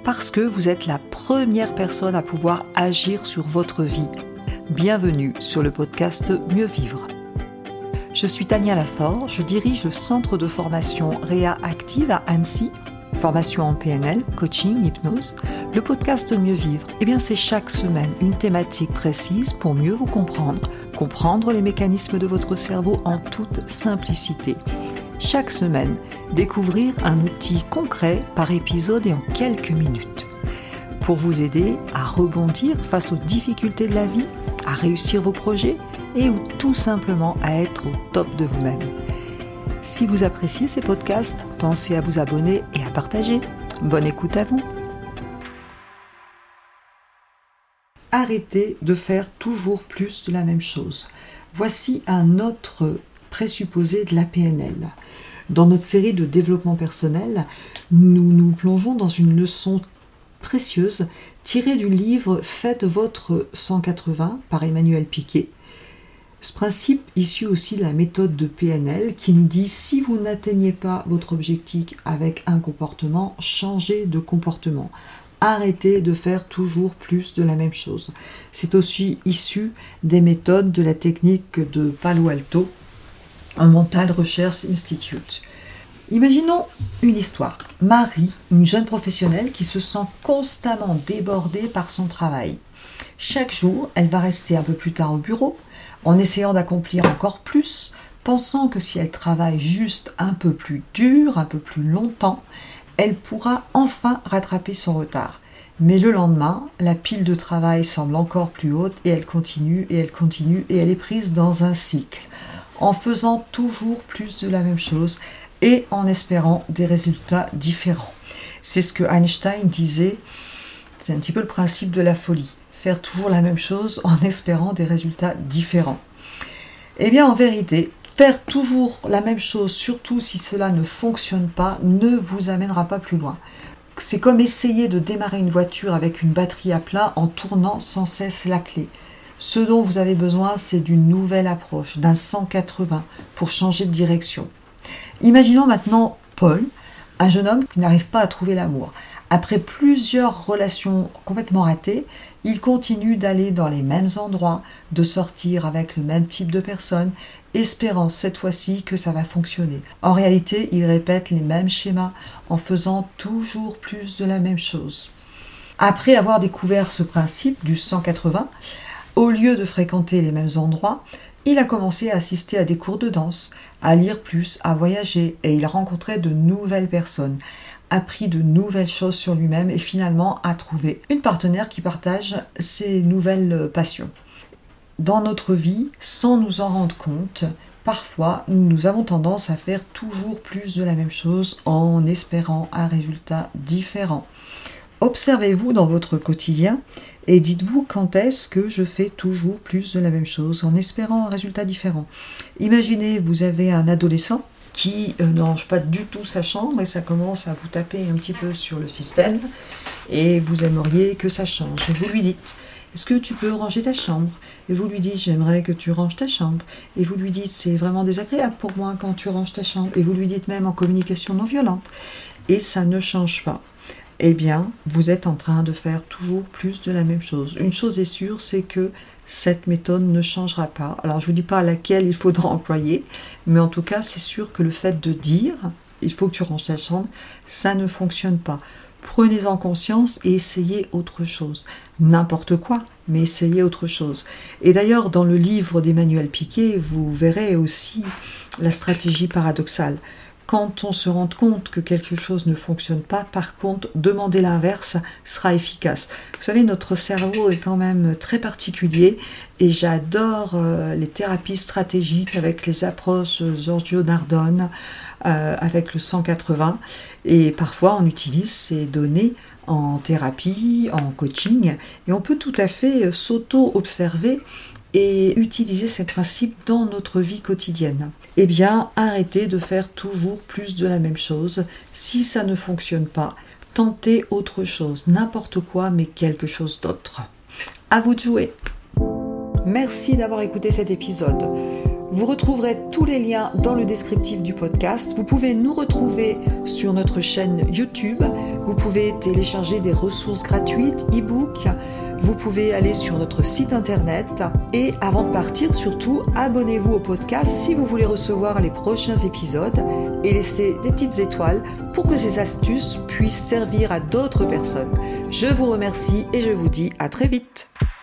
parce que vous êtes la première personne à pouvoir agir sur votre vie. Bienvenue sur le podcast Mieux Vivre. Je suis Tania Lafort, je dirige le centre de formation Réa Active à Annecy, formation en PNL, coaching, hypnose. Le podcast Mieux Vivre, c'est chaque semaine une thématique précise pour mieux vous comprendre les mécanismes de votre cerveau en toute simplicité. Chaque semaine, découvrir un outil concret par épisode et en quelques minutes. Pour vous aider à rebondir face aux difficultés de la vie, à réussir vos projets et ou tout simplement à être au top de vous-même. Si vous appréciez ces podcasts, pensez à vous abonner et à partager. Bonne écoute à vous. Arrêtez de faire toujours plus de la même chose. Voici un autre présupposé de la PNL. Dans notre série de développement personnel, nous nous plongeons dans une leçon précieuse tirée du livre « Faites votre 180 » par Emmanuel Piquet. Ce principe issu aussi de la méthode de PNL qui nous dit si vous n'atteignez pas votre objectif avec un comportement, changez de comportement. Arrêtez de faire toujours plus de la même chose. C'est aussi issu des méthodes de la technique de Palo Alto, un Mental Research Institute. Imaginons une histoire. Marie, une jeune professionnelle qui se sent constamment débordée par son travail. Chaque jour, elle va rester un peu plus tard au bureau, en essayant d'accomplir encore plus, pensant que si elle travaille juste un peu plus dur, un peu plus longtemps, elle pourra enfin rattraper son retard. Mais le lendemain, la pile de travail semble encore plus haute et elle continue et elle est prise dans un cycle, en faisant toujours plus de la même chose et en espérant des résultats différents. C'est ce que Einstein disait, c'est un petit peu le principe de la folie, faire toujours la même chose en espérant des résultats différents. En vérité, faire toujours la même chose, surtout si cela ne fonctionne pas, ne vous amènera pas plus loin. C'est comme essayer de démarrer une voiture avec une batterie à plat en tournant sans cesse la clé. Ce dont vous avez besoin, c'est d'une nouvelle approche, d'un 180 pour changer de direction. Imaginons maintenant Paul, un jeune homme qui n'arrive pas à trouver l'amour. Après plusieurs relations complètement ratées, il continue d'aller dans les mêmes endroits, de sortir avec le même type de personnes, espérant cette fois-ci que ça va fonctionner. En réalité, il répète les mêmes schémas en faisant toujours plus de la même chose. Après avoir découvert ce principe du 180, au lieu de fréquenter les mêmes endroits, il a commencé à assister à des cours de danse, à lire plus, à voyager, et il rencontrait de nouvelles personnes, appris de nouvelles choses sur lui-même et finalement a trouvé une partenaire qui partage ses nouvelles passions. Dans notre vie, sans nous en rendre compte, parfois nous avons tendance à faire toujours plus de la même chose en espérant un résultat différent. Observez-vous dans votre quotidien et dites-vous quand est-ce que je fais toujours plus de la même chose en espérant un résultat différent. Imaginez, vous avez un adolescent qui ne range pas du tout sa chambre et ça commence à vous taper un petit peu sur le système et vous aimeriez que ça change. Et vous lui dites, est-ce que tu peux ranger ta chambre ? Et vous lui dites, j'aimerais que tu ranges ta chambre. Et vous lui dites, c'est vraiment désagréable pour moi quand tu ranges ta chambre. Et vous lui dites même en communication non violente. Et ça ne change pas. Vous êtes en train de faire toujours plus de la même chose. Une chose est sûre, c'est que cette méthode ne changera pas. Alors, je ne vous dis pas laquelle il faudra employer, mais en tout cas, c'est sûr que le fait de dire « il faut que tu ranges ta chambre », ça ne fonctionne pas. Prenez-en conscience et essayez autre chose. N'importe quoi, mais essayez autre chose. Et d'ailleurs, dans le livre d'Emmanuel Piquet, vous verrez aussi la stratégie paradoxale. Quand on se rend compte que quelque chose ne fonctionne pas, par contre, demander l'inverse sera efficace. Vous savez, notre cerveau est quand même très particulier et j'adore les thérapies stratégiques avec les approches Giorgio Nardone, avec le 180. Et parfois, on utilise ces données en thérapie, en coaching, et on peut tout à fait s'auto-observer et utiliser ces principes dans notre vie quotidienne. Arrêtez de faire toujours plus de la même chose. Si ça ne fonctionne pas, tentez autre chose, n'importe quoi, mais quelque chose d'autre. À vous de jouer. Merci d'avoir écouté cet épisode. Vous retrouverez tous les liens dans le descriptif du podcast. Vous pouvez nous retrouver sur notre chaîne YouTube. Vous pouvez télécharger des ressources gratuites, e-books. Vous pouvez aller sur notre site internet. Et avant de partir, surtout, abonnez-vous au podcast si vous voulez recevoir les prochains épisodes et laissez des petites étoiles pour que ces astuces puissent servir à d'autres personnes. Je vous remercie et je vous dis à très vite.